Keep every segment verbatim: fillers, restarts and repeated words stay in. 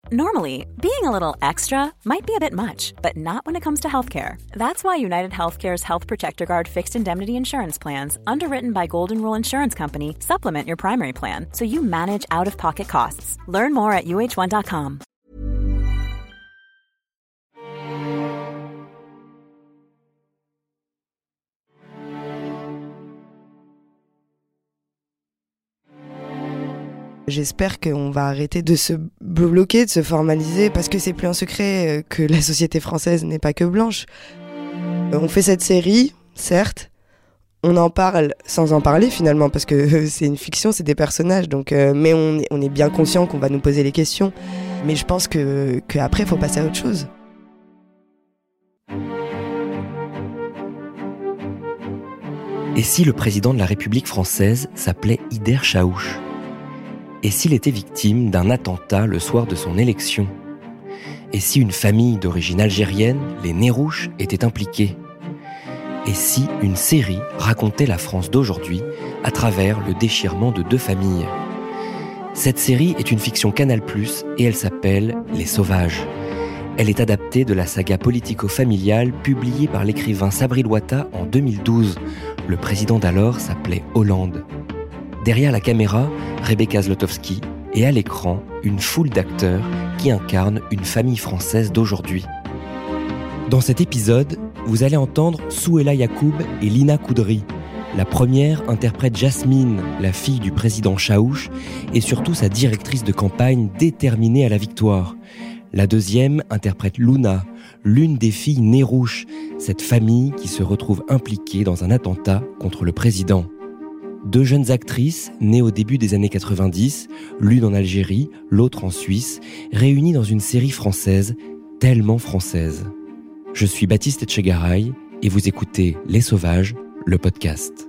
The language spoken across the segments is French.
Normally, being a little extra might be a bit much, but not when it comes to healthcare. That's why United Healthcare's Health Protector Guard fixed indemnity insurance plans, underwritten by Golden Rule Insurance Company, supplement your primary plan so you manage out-of-pocket costs. Learn more at U H one dot com. J'espère qu'on va arrêter de se bloquer, de se formaliser, parce que c'est plus un secret que la société française n'est pas que blanche. On fait cette série, certes, on en parle sans en parler finalement, parce que c'est une fiction, c'est des personnages, donc, euh, mais on est, on est bien conscient qu'on va nous poser les questions. Mais je pense que, qu'après, il faut passer à autre chose. Et si le président de la République française s'appelait Ider Chaouch ? Et s'il était victime d'un attentat le soir de son élection ? Et si une famille d'origine algérienne, les Nérouches, était impliquée ? Et si une série racontait la France d'aujourd'hui à travers le déchirement de deux familles ? Cette série est une fiction Canal plus, et elle s'appelle Les Sauvages. Elle est adaptée de la saga politico-familiale publiée par l'écrivain Sabri Louata en deux mille douze. Le président d'alors s'appelait Hollande. Derrière la caméra, Rebecca Zlotowski, et à l'écran, une foule d'acteurs qui incarnent une famille française d'aujourd'hui. Dans cet épisode, vous allez entendre Souheila Yacoub et Lina Koudry. La première interprète Jasmine, la fille du président Chaouch, et surtout sa directrice de campagne déterminée à la victoire. La deuxième interprète Luna, l'une des filles Nérouches, cette famille qui se retrouve impliquée dans un attentat contre le président. Deux jeunes actrices, nées au début des années quatre-vingt-dix, l'une en Algérie, l'autre en Suisse, réunies dans une série française, tellement française. Je suis Baptiste Etchegaray et vous écoutez Les Sauvages, le podcast.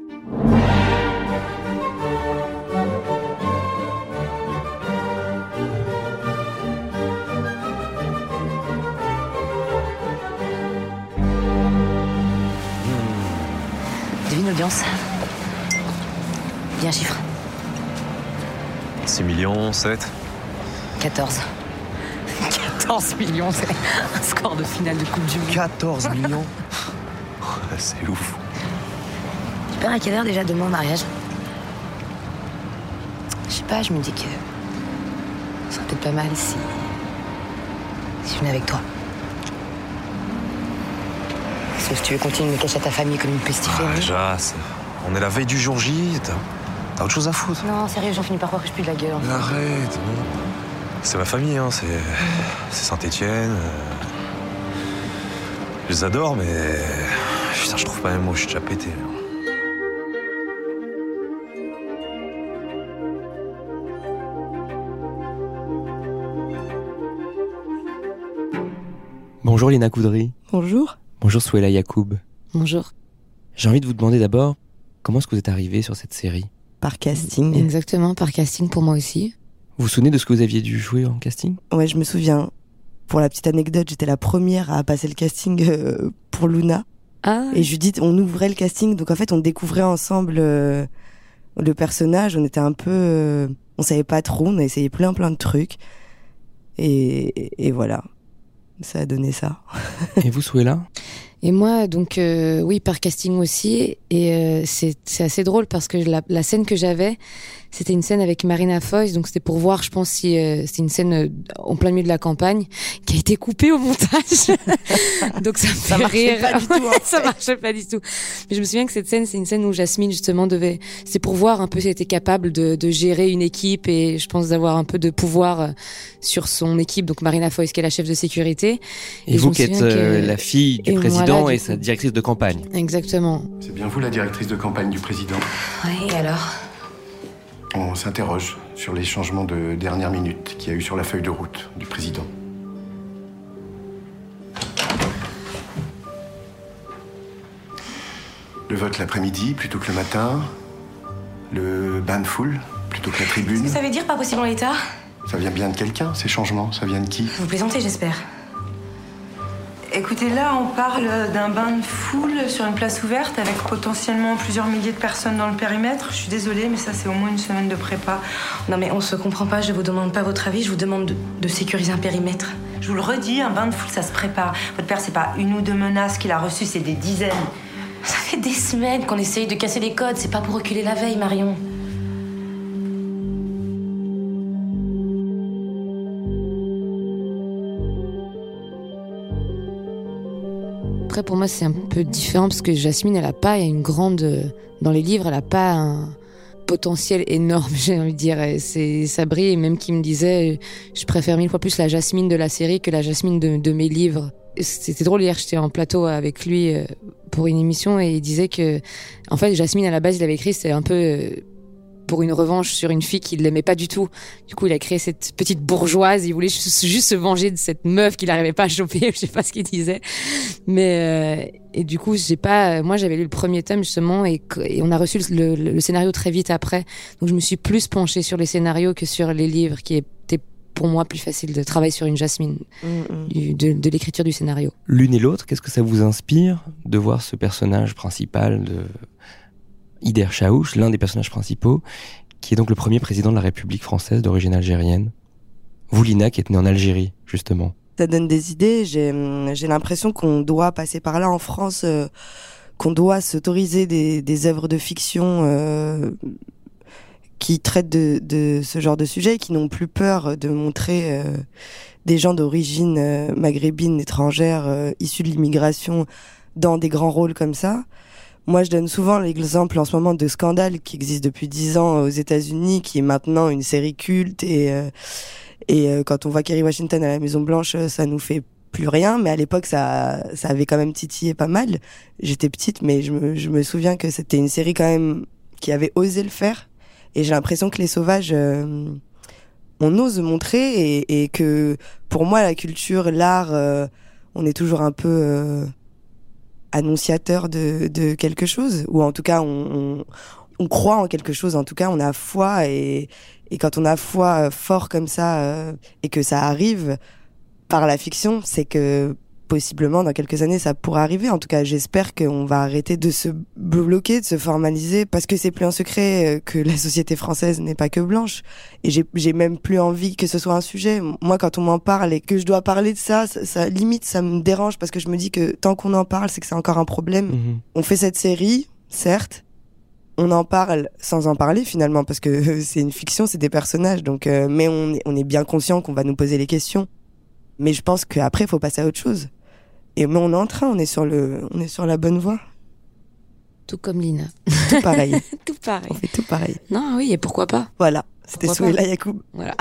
Devine l'audience. Dis un chiffre. six millions, sept. quatorze. quatorze millions, c'est un score de finale de Coupe du Monde. quatorze millions. C'est ouf. Tu pars à quelle heure déjà demain au mariage ? Je sais pas, je me dis que ce serait peut-être pas mal si... si je venais avec toi. Sauf si tu veux continuer de me cacher à ta famille comme une pestiférée. Ah, déjà, c'est... on est la veille du jour J, t'as... t'as autre chose à foutre. Non, sérieux, j'en finis par croire que je pue de la gueule. Mais arrête, non. C'est ma famille, hein, c'est... c'est Saint-Étienne. Je les adore, mais... Putain, je trouve pas même moi, je suis déjà pété. Bonjour Lina Koudry. Bonjour. Bonjour Souheila Yacoub. Bonjour. J'ai envie de vous demander d'abord, comment est-ce que vous êtes arrivée sur cette série ? Par casting. Exactement, par casting pour moi aussi. Vous vous souvenez de ce que vous aviez dû jouer en casting ? Ouais, je me souviens. Pour la petite anecdote, j'étais la première à passer le casting euh, pour Luna. Ah. Et Judith, on ouvrait le casting, donc en fait, on découvrait ensemble euh, le personnage. On était un peu... Euh, on savait pas trop, on a essayé plein plein de trucs. Et, et voilà. Ça a donné ça. Et vous, Souheila ? Et moi, donc, euh, oui, par casting aussi. Et euh, c'est, c'est assez drôle parce que la, la scène que j'avais, c'était une scène avec Marina Foïs. Donc, c'était pour voir, je pense, si euh, c'était une scène euh, en plein milieu de la campagne qui a été coupée au montage. Donc, ça me fait ça marchait rire. pas du tout. En fait. Ça marchait pas du tout. Mais je me souviens que cette scène, c'est une scène où Jasmine, justement, devait... C'est pour voir un peu si elle était capable de, de gérer une équipe et, je pense, d'avoir un peu de pouvoir euh, sur son équipe. Donc, Marina Foïs, qui est la chef de sécurité. Et, et vous qui êtes euh, la fille du et président voilà, et du sa coup. directrice de campagne. Exactement. C'est bien vous la directrice de campagne du président. Oui, et alors ? On s'interroge sur les changements de dernière minute qu'il y a eu sur la feuille de route du président. Le vote l'après-midi plutôt que le matin. Le bain de foule plutôt que la tribune. Qu'est-ce que ça veut dire, pas possible en l'état ? Ça vient bien de quelqu'un, ces changements. Ça vient de qui ? Vous plaisantez, j'espère. Et Écoutez, là, on parle d'un bain de foule sur une place ouverte avec potentiellement plusieurs milliers de personnes dans le périmètre. Je suis désolée, mais ça, c'est au moins une semaine de prépa. Non, mais on se comprend pas, je vous demande pas votre avis, je vous demande de, de sécuriser un périmètre. Je vous le redis, un bain de foule, ça se prépare. Votre père, c'est pas une ou deux menaces qu'il a reçues, c'est des dizaines. Ça fait des semaines qu'on essaye de casser les codes, c'est pas pour reculer la veille, Marion. Après, pour moi, c'est un peu différent parce que Jasmine, elle a pas une grande... Dans les livres, elle a pas un potentiel énorme, j'ai envie de dire. C'est Sabri, et même qui me disait, je préfère mille fois plus la Jasmine de la série que la Jasmine de, de mes livres. C'était drôle, hier, j'étais en plateau avec lui pour une émission et il disait que, en fait, Jasmine, à la base, il avait écrit, c'était un peu pour une revanche sur une fille qu'il l'aimait pas du tout. Du coup, il a créé cette petite bourgeoise. Il voulait juste, juste se venger de cette meuf qu'il n'arrivait pas à choper. Je sais pas ce qu'il disait. Mais, euh, et du coup, j'ai pas, moi, j'avais lu le premier tome, justement, et, et on a reçu le, le, le scénario très vite après. Donc, je me suis plus penchée sur les scénarios que sur les livres, qui étaient pour moi plus facile de travailler sur une Jasmine, mmh. du, de, de l'écriture du scénario. L'une et l'autre, qu'est-ce que ça vous inspire de voir ce personnage principal de Ider Chaouch, l'un des personnages principaux, qui est donc le premier président de la République française d'origine algérienne. Vous, Lina, qui êtes née en Algérie, justement. Ça donne des idées. J'ai, j'ai l'impression qu'on doit passer par là en France, euh, qu'on doit s'autoriser des, des œuvres de fiction euh, qui traitent de, de ce genre de sujet, qui n'ont plus peur de montrer euh, des gens d'origine euh, maghrébine, étrangère, euh, issus de l'immigration, dans des grands rôles comme ça. Moi, je donne souvent l'exemple en ce moment de Scandale, qui existe depuis dix ans aux États-Unis, qui est maintenant une série culte. Et, euh, et euh, quand on voit Kerry Washington à la Maison-Blanche, ça nous fait plus rien. Mais à l'époque, ça, ça avait quand même titillé pas mal. J'étais petite, mais je me, je me souviens que c'était une série quand même qui avait osé le faire. Et j'ai l'impression que Les Sauvages, euh, on ose montrer. Et, et que pour moi, la culture, l'art, euh, on est toujours un peu... Euh, annonciateur de, de quelque chose, ou en tout cas on, on, on croit en quelque chose, en tout cas on a foi, et, et quand on a foi fort comme ça euh, et que ça arrive par la fiction, c'est que possiblement dans quelques années ça pourra arriver. En tout cas j'espère qu'on va arrêter de se bloquer, de se formaliser, parce que c'est plus un secret que la société française n'est pas que blanche, et j'ai, j'ai même plus envie que ce soit un sujet. Moi, quand on m'en parle et que je dois parler de ça, ça, ça limite ça me dérange, parce que je me dis que tant qu'on en parle, c'est que c'est encore un problème. Mmh. On fait cette série, certes, on en parle sans en parler finalement, parce que c'est une fiction, c'est des personnages, donc euh, mais on est, on est bien conscient qu'on va nous poser les questions. Mais je pense qu'après, il faut passer à autre chose. Et mais on est en train, on est sur le, on est sur la bonne voie. Tout comme Lina. Tout pareil. Tout pareil. On fait tout pareil. Non, oui, et pourquoi pas. Voilà. C'était Souhaila Yacoub. Voilà.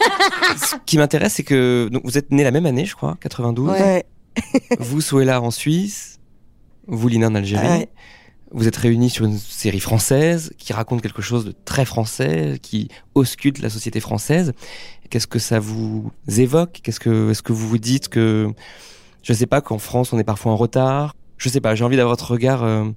Ce qui m'intéresse, c'est que donc, vous êtes nés la même année, je crois, quatre-vingt-douze. Ouais. Vous, Souhaila, en Suisse. Vous, Lina, en Algérie. Ouais. Vous êtes réunis sur une série française qui raconte quelque chose de très français, qui ausculte la société française. Qu'est-ce que ça vous évoque ? Qu'est-ce que, est-ce que vous vous dites que, je sais pas, qu'en France on est parfois en retard ? Je sais pas, j'ai envie d'avoir votre regard euh,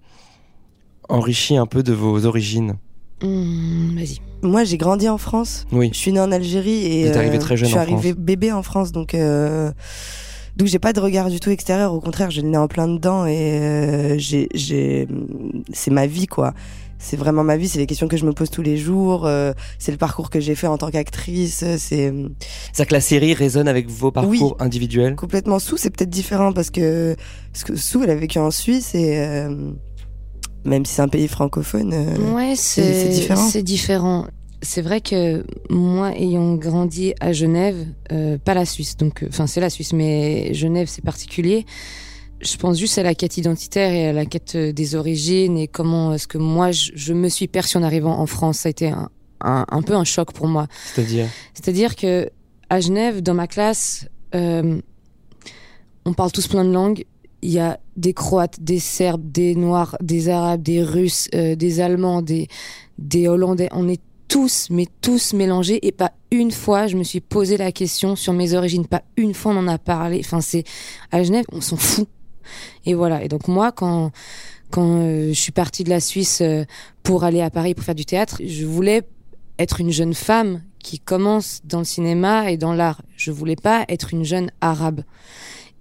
enrichi un peu de vos origines. Mmh, vas-y. Moi, j'ai grandi en France. Oui. Je suis née en Algérie et vous êtes arrivé très jeune je suis en France. arrivée bébé en France, donc euh, donc j'ai pas de regard du tout extérieur. Au contraire, je l'ai en plein dedans et euh, j'ai j'ai c'est ma vie quoi. C'est vraiment ma vie, c'est les questions que je me pose tous les jours, euh, c'est le parcours que j'ai fait en tant qu'actrice, c'est... C'est-à-dire que la série résonne avec vos parcours oui, individuels ? Complètement. Sou, c'est peut-être différent parce que, parce que Sou, elle a vécu en Suisse et euh, même si c'est un pays francophone, euh, ouais, c'est, c'est, c'est différent. C'est différent. C'est vrai que moi, ayant grandi à Genève, euh, pas la Suisse, donc, enfin c'est la Suisse, mais Genève c'est particulier. Je pense juste à la quête identitaire et à la quête des origines et comment est-ce que moi je, je me suis perçue en arrivant en France. Ça a été un, un, un peu un choc pour moi. C'est-à-dire ? C'est-à-dire que à Genève, dans ma classe, euh, on parle tous plein de langues. Il y a des Croates, des Serbes, des Noirs, des Arabes, des Russes, euh, des Allemands, des, des Hollandais. On est tous, mais tous mélangés, et pas une fois je me suis posé la question sur mes origines. Pas une fois on en a parlé. Enfin, c'est à Genève, on s'en fout. Et voilà. Et donc moi, quand quand euh, je suis partie de la Suisse euh, pour aller à Paris pour faire du théâtre, je voulais être une jeune femme qui commence dans le cinéma et dans l'art. Je voulais pas être une jeune arabe.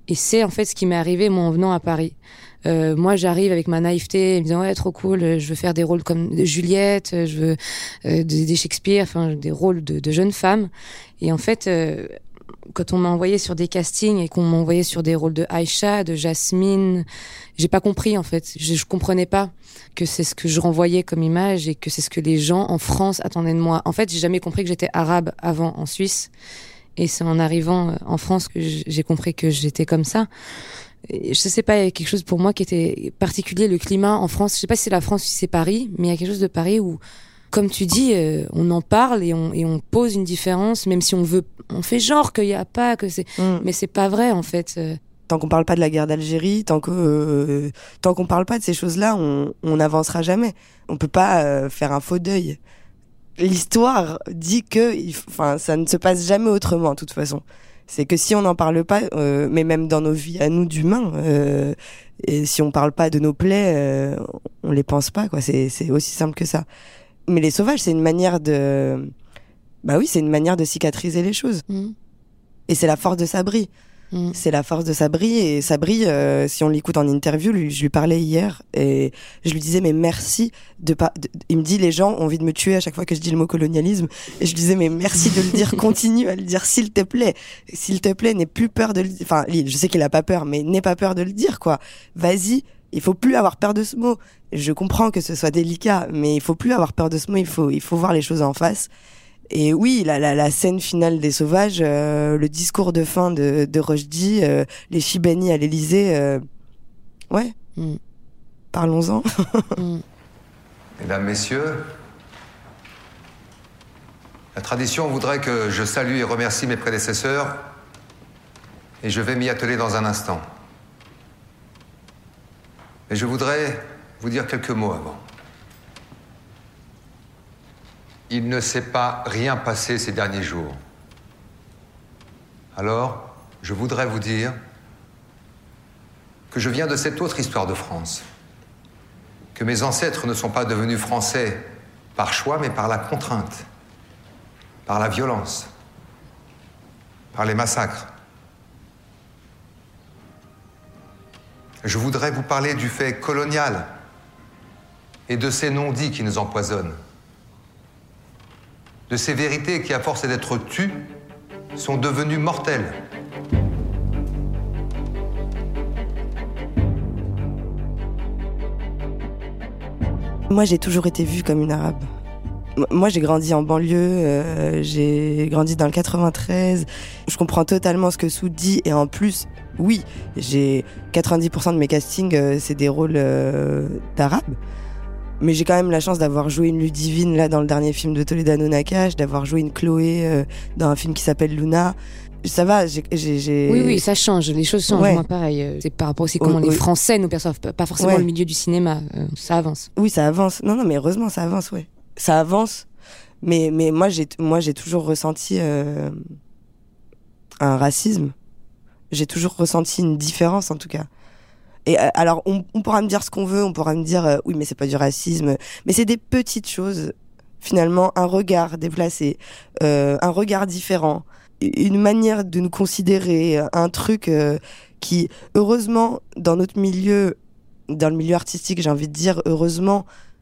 Et c'est en fait ce qui m'est arrivé moi en venant à Paris. Euh, moi, j'arrive avec ma naïveté, en me disant ouais, trop cool, je veux faire des rôles comme de Juliette, je veux euh, des, des Shakespeare, enfin des rôles de, de jeunes femmes. Et en fait, euh, quand on m'a envoyé sur des castings et qu'on m'a envoyé sur des rôles de Aïcha, de Jasmine, j'ai pas compris en fait. Je, je comprenais pas que c'est ce que je renvoyais comme image et que c'est ce que les gens en France attendaient de moi. En fait, j'ai jamais compris que j'étais arabe avant en Suisse. Et c'est en arrivant en France que j'ai compris que j'étais comme ça. Et je sais pas, il y a quelque chose pour moi qui était particulier, le climat en France. Je sais pas si c'est la France ou si c'est Paris, mais il y a quelque chose de Paris où, comme tu dis, euh, on en parle et on, et on pose une différence, même si on veut, on fait genre qu'il y a pas, que c'est, mm. mais c'est pas vrai en fait. Tant qu'on parle pas de la guerre d'Algérie, tant que euh, tant qu'on parle pas de ces choses-là, on on n'avancera jamais. On peut pas euh, faire un faux deuil. L'histoire dit que, enfin, ça ne se passe jamais autrement, de toute façon. C'est que si on n'en parle pas, euh, mais même dans nos vies à nous d'humains, euh, et si on parle pas de nos plaies, euh, on les pense pas, quoi. C'est, c'est aussi simple que ça. Mais les sauvages, c'est une manière de, bah oui, c'est une manière de cicatriser les choses. Mmh. Et c'est la force de Sabri. Mmh. C'est la force de Sabri. Et Sabri, euh, si on l'écoute en interview, lui, je lui parlais hier et je lui disais mais merci de pas. De, il me dit les gens ont envie de me tuer à chaque fois que je dis le mot colonialisme. Et je lui disais mais merci de le dire, continue à le dire s'il te plaît, s'il te plaît, n'aie plus peur de le dire. Enfin, je sais qu'il a pas peur, mais n'aie pas peur de le dire quoi. Vas-y, il faut plus avoir peur de ce mot. Je comprends que ce soit délicat, mais il faut plus avoir peur de ce mot. Il faut, il faut voir les choses en face. Et oui, la, la, la scène finale des Sauvages, euh, le discours de fin de, de Rushdie, euh, les Chibani à l'Élysée, euh, ouais, mm. Parlons-en. mm. Mesdames, Messieurs, la tradition voudrait que je salue et remercie mes prédécesseurs, et je vais m'y atteler dans un instant. Mais je voudrais vous dire quelques mots avant. Il ne s'est pas rien passé ces derniers jours. Alors, je voudrais vous dire que je viens de cette autre histoire de France, que mes ancêtres ne sont pas devenus français par choix, mais par la contrainte, par la violence, par les massacres. Je voudrais vous parler du fait colonial et de ces non-dits qui nous empoisonnent, de ces vérités qui, à force d'être tues, sont devenues mortelles. Moi, j'ai toujours été vue comme une arabe. Moi, j'ai grandi en banlieue, euh, j'ai grandi dans le quatre-vingt-treize. Je comprends totalement ce que Soud dit, et en plus, oui, j'ai quatre-vingt-dix pour cent de mes castings, euh, c'est des rôles euh, d'arabes. Mais j'ai quand même la chance d'avoir joué une Ludivine là dans le dernier film de Toledano Nakache, d'avoir joué une Chloé euh, dans un film qui s'appelle Luna. Ça va, j'ai, j'ai, j'ai... Oui, oui, ça change, les choses changent, ouais. Moi pareil. C'est par rapport aussi comment oh, les oui. Français nous perçoivent, pas forcément ouais. le milieu du cinéma, euh, ça avance. Oui, ça avance. Non, non, mais heureusement, ça avance, ouais. Ça avance, mais, mais moi, j'ai, moi, j'ai toujours ressenti euh, un racisme. J'ai toujours ressenti une différence, en tout cas. Et euh, alors, on, on pourra me dire ce qu'on veut, on pourra me dire euh, oui, mais c'est pas du racisme, mais c'est des petites choses. Finalement, un regard déplacé, euh, un regard différent, une manière de nous considérer, un truc euh, qui, heureusement, dans notre milieu, dans le milieu artistique, j'ai envie de dire heureusement,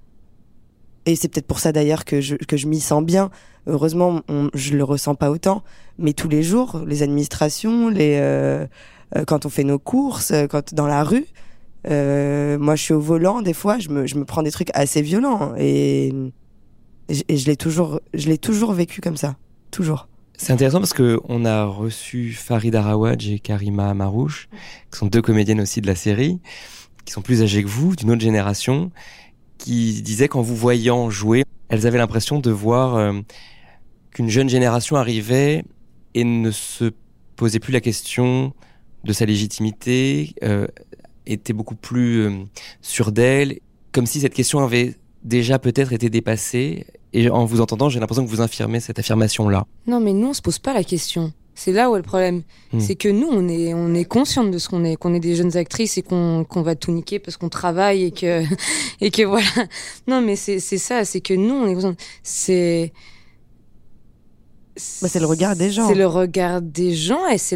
et c'est peut-être pour ça d'ailleurs que je que je m'y sens bien. Heureusement, on, je le ressens pas autant, mais tous les jours, les administrations, les euh, quand on fait nos courses, quand dans la rue, euh, moi je suis au volant, des fois je me je me prends des trucs assez violents et et, et je l'ai toujours je l'ai toujours vécu comme ça, toujours. C'est intéressant parce que on a reçu Farid Arawaj et Karima Marouche, qui sont deux comédiennes aussi de la série, qui sont plus âgées que vous, d'une autre génération, qui disaient qu'en vous voyant jouer, elles avaient l'impression de voir euh, qu'une jeune génération arrivait et ne se posait plus la question de sa légitimité, euh, était beaucoup plus euh, sûre d'elle, comme si cette question avait déjà peut-être été dépassée. Et en vous entendant, j'ai l'impression que vous infirmez cette affirmation-là. Non, mais nous, on se pose pas la question. C'est là où est le problème. Mmh. C'est que nous, on est, on est conscientes de ce qu'on est, qu'on est des jeunes actrices et qu'on, qu'on va tout niquer parce qu'on travaille et que, et que voilà. Non, mais c'est, c'est ça, c'est que nous, on est conscientes. C'est, bah, c'est le regard des gens. C'est le regard des gens et c'est la,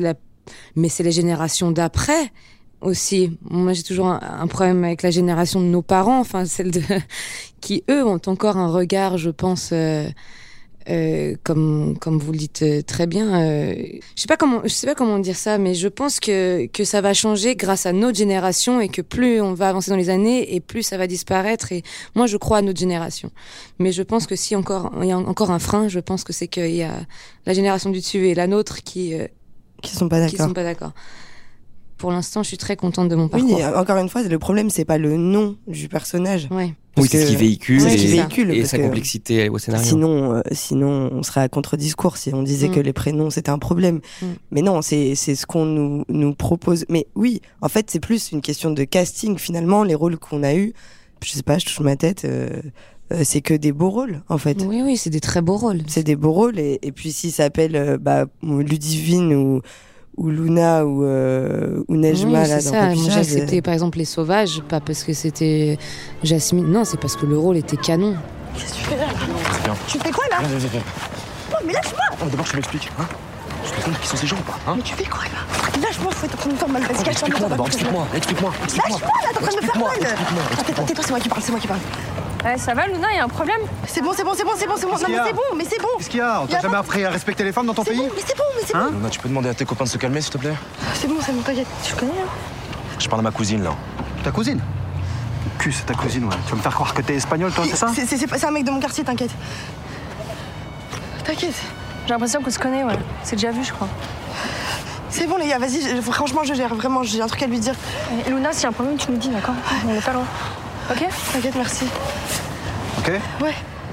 mais c'est les générations d'après aussi. Moi, j'ai toujours un, un problème avec la génération de nos parents, enfin celle de qui eux ont encore un regard, je pense, euh, euh, comme comme vous le dites très bien. Euh, je sais pas comment, je sais pas comment dire ça, mais je pense que que ça va changer grâce à notre génération et que plus on va avancer dans les années et plus ça va disparaître. Et moi, je crois à notre génération. Mais je pense que si encore il y a encore un frein, je pense que c'est qu'il y a la génération du dessus et la nôtre qui euh, qui sont pas d'accord. Qui sont pas d'accord. Pour l'instant, je suis très contente de mon parcours. Oui, encore une fois, le problème, c'est pas le nom du personnage. Ouais. Oui, c'est ce qu'il véhicule, ouais, et, véhicule et sa complexité au scénario. Sinon, euh, sinon, on serait à contre-discours si on disait mm. que les prénoms, c'était un problème. Mm. Mais non, c'est, c'est ce qu'on nous, nous propose. Mais oui, en fait, c'est plus une question de casting, finalement. Les rôles qu'on a eus, je sais pas, je touche ma tête... Euh, Euh, c'est que des beaux rôles, en fait. Oui, oui, c'est des très beaux rôles. C'est des beaux rôles, et, et puis s'ils s'appellent euh, bah, Ludivine ou, ou Luna ou, euh, ou Nejma, oui, là, c'est dans ça. Papy Moi, Jazz, j'ai accepté, par exemple, Les Sauvages, pas parce que c'était Jasmine, non, c'est parce que le rôle était canon. Qu'est-ce que tu fais là, là Tu fais quoi, là Viens, viens, viens. Non, mais lâche-moi oh, D'abord, tu m'expliques, hein Tu te compte qui sont ces gens ou pas, hein Mais tu fais quoi, là Lâche-moi, faut être en train de me faire mal. Vas-y, cache-toi. Explique-moi d'abord, explique-moi, explique-moi, explique-moi. Lâche-moi, là, t'es en train de me faire mal. Tais-toi, tais-toi, c'est moi qui parle, c'est moi qui parle. Ouais, ça va, Luna, y a un problème? C'est bon, c'est bon, c'est bon, c'est bon, c'est bon. Non, mais c'est bon, mais c'est bon. Qu'est-ce qu'il y a? On t'a jamais appris à respecter les femmes dans ton pays? Mais c'est bon, mais c'est bon. Luna, tu peux demander à tes copains de se calmer, s'il te plaît? C'est bon, c'est bon, t'inquiète. Tu connais, là? Je parle à ma cousine, là. Ta cousine? Cul, c'est ta cousine, ouais. Tu vas me faire croire que t'es espagnol, toi, c'est ça? C'est, c'est, c'est, c'est un mec de mon quartier, t'inquiète. T'inquiète. J'ai l'impression qu'on se connaît, ouais. C'est déjà vu, je crois. C'est bon, les gars, vas-y, je, franchement, je gère. Vraiment, j'ai un truc à lui dire. Et Luna, s'il y a un problème, tu me dis, d'accord? On est pas loin. Ok? T'inquiète, merci. Ok? Ouais.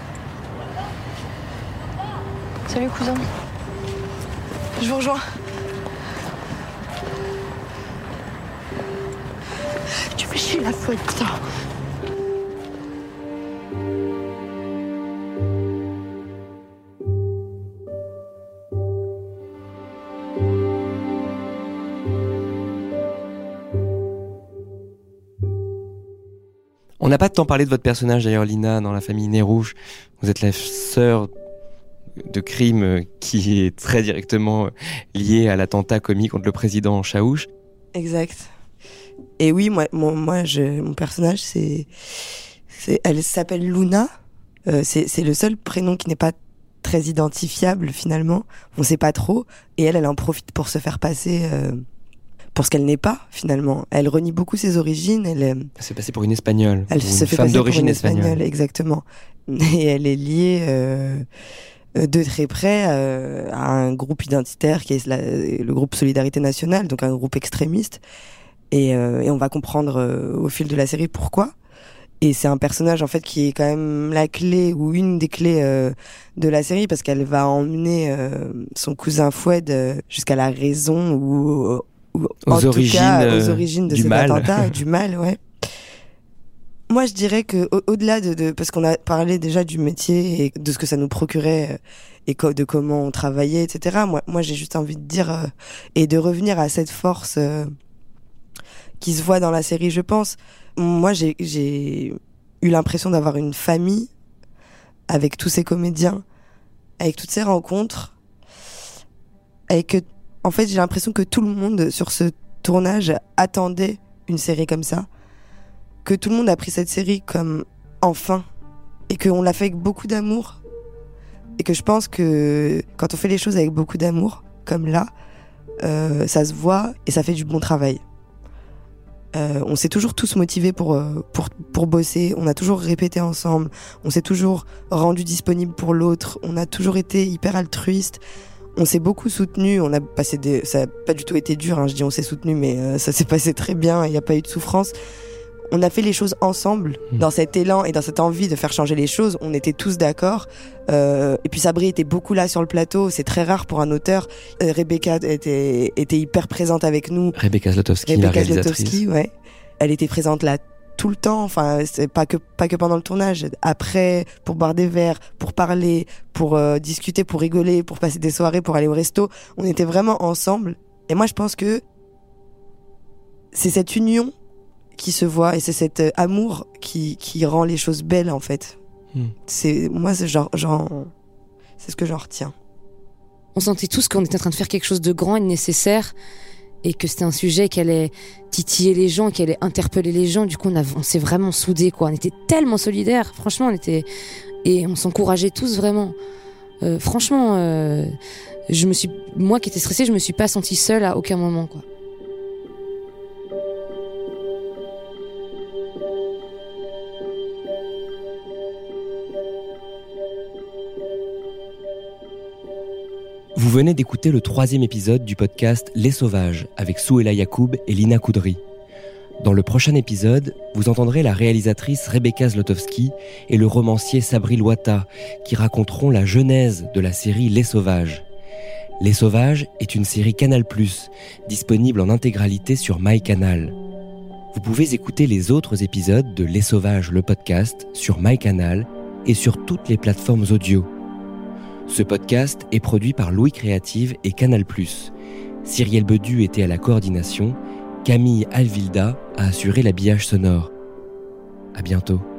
Salut, cousin. Je vous rejoins. Tu fais chier la faute, putain. On n'a pas tant parlé de votre personnage d'ailleurs, Lina, dans la famille Nez Rouge. Vous êtes la sœur de crime qui est très directement liée à l'attentat commis contre le président Chaouch. Exact. Et oui, moi, moi, moi je, mon personnage, c'est, c'est, elle s'appelle Luna. Euh, c'est, c'est le seul prénom qui n'est pas très identifiable finalement. On sait pas trop. Et elle, elle en profite pour se faire passer. Euh, pour ce qu'elle n'est pas, finalement. Elle renie beaucoup ses origines. Elle, elle s'est passée pour une Espagnole. Elle se une fait femme passer d'origine pour une espagnole. espagnole, exactement. Et elle est liée euh, de très près euh, à un groupe identitaire qui est la, le groupe Solidarité Nationale, donc un groupe extrémiste. Et, euh, et on va comprendre euh, au fil de la série pourquoi. Et c'est un personnage en fait qui est quand même la clé ou une des clés euh, de la série parce qu'elle va emmener euh, son cousin Foued euh, jusqu'à la raison ou Ou, aux en origines, tout cas, aux origines de du cet mal. attentat, du mal, ouais. Moi, je dirais que au- au-delà de, de, parce qu'on a parlé déjà du métier et de ce que ça nous procurait et co- de comment on travaillait, et cetera. Moi, moi, j'ai juste envie de dire euh, et de revenir à cette force euh, qui se voit dans la série, je pense. Moi, j'ai, j'ai eu l'impression d'avoir une famille avec tous ces comédiens, avec toutes ces rencontres, avec que en fait, j'ai l'impression que tout le monde sur ce tournage attendait une série comme ça, que tout le monde a pris cette série comme enfin, et qu'on l'a fait avec beaucoup d'amour, et que je pense que quand on fait les choses avec beaucoup d'amour, comme là, euh, ça se voit et ça fait du bon travail. Euh, on s'est toujours tous motivés pour, euh, pour, pour bosser, on a toujours répété ensemble, on s'est toujours rendu disponible pour l'autre, on a toujours été hyper altruistes. On s'est beaucoup soutenus, on a passé des, ça n'a pas du tout été dur, hein, je dis on s'est soutenus, mais euh, ça s'est passé très bien, il n'y a pas eu de souffrance. On a fait les choses ensemble, mmh. dans cet élan et dans cette envie de faire changer les choses, on était tous d'accord. Euh, et puis Sabri était beaucoup là sur le plateau, c'est très rare pour un auteur. Euh, Rebecca était, était hyper présente avec nous. Rebecca Zlotowski, Rebecca la réalisatrice. Zlotowski, ouais. Elle était présente là tout le temps, enfin c'est pas que pas que pendant le tournage, après pour boire des verres, pour parler, pour euh, discuter, pour rigoler, pour passer des soirées, pour aller au resto, on était vraiment ensemble. Et moi je pense que c'est cette union qui se voit et c'est cet euh, amour qui qui rend les choses belles en fait. Hmm. C'est moi c'est genre genre c'est ce que j'en retiens. On sentait tous qu'on était en train de faire quelque chose de grand et de nécessaire et que c'était un sujet qui allait titiller les gens, qui allait interpeller les gens. Du coup, on, a, on s'est vraiment soudés, quoi. On était tellement solidaires. Franchement, on était... Et on s'encourageait tous, vraiment. Euh, franchement, euh, je me suis... moi qui étais stressée, je me suis pas sentie seule à aucun moment, quoi. Vous venez d'écouter le troisième épisode du podcast Les Sauvages avec Souheila Yacoub et Lina Koudry. Dans le prochain épisode, vous entendrez la réalisatrice Rebecca Zlotowski et le romancier Sabri Loata qui raconteront la genèse de la série Les Sauvages. Les Sauvages est une série Canal plus, disponible en intégralité sur MyCanal. Vous pouvez écouter les autres épisodes de Les Sauvages, le podcast, sur MyCanal et sur toutes les plateformes audio. Ce podcast est produit par Louis Créative et Canal plus. Cyrielle Bedu était à la coordination, Camille Alvilda a assuré l'habillage sonore. À bientôt.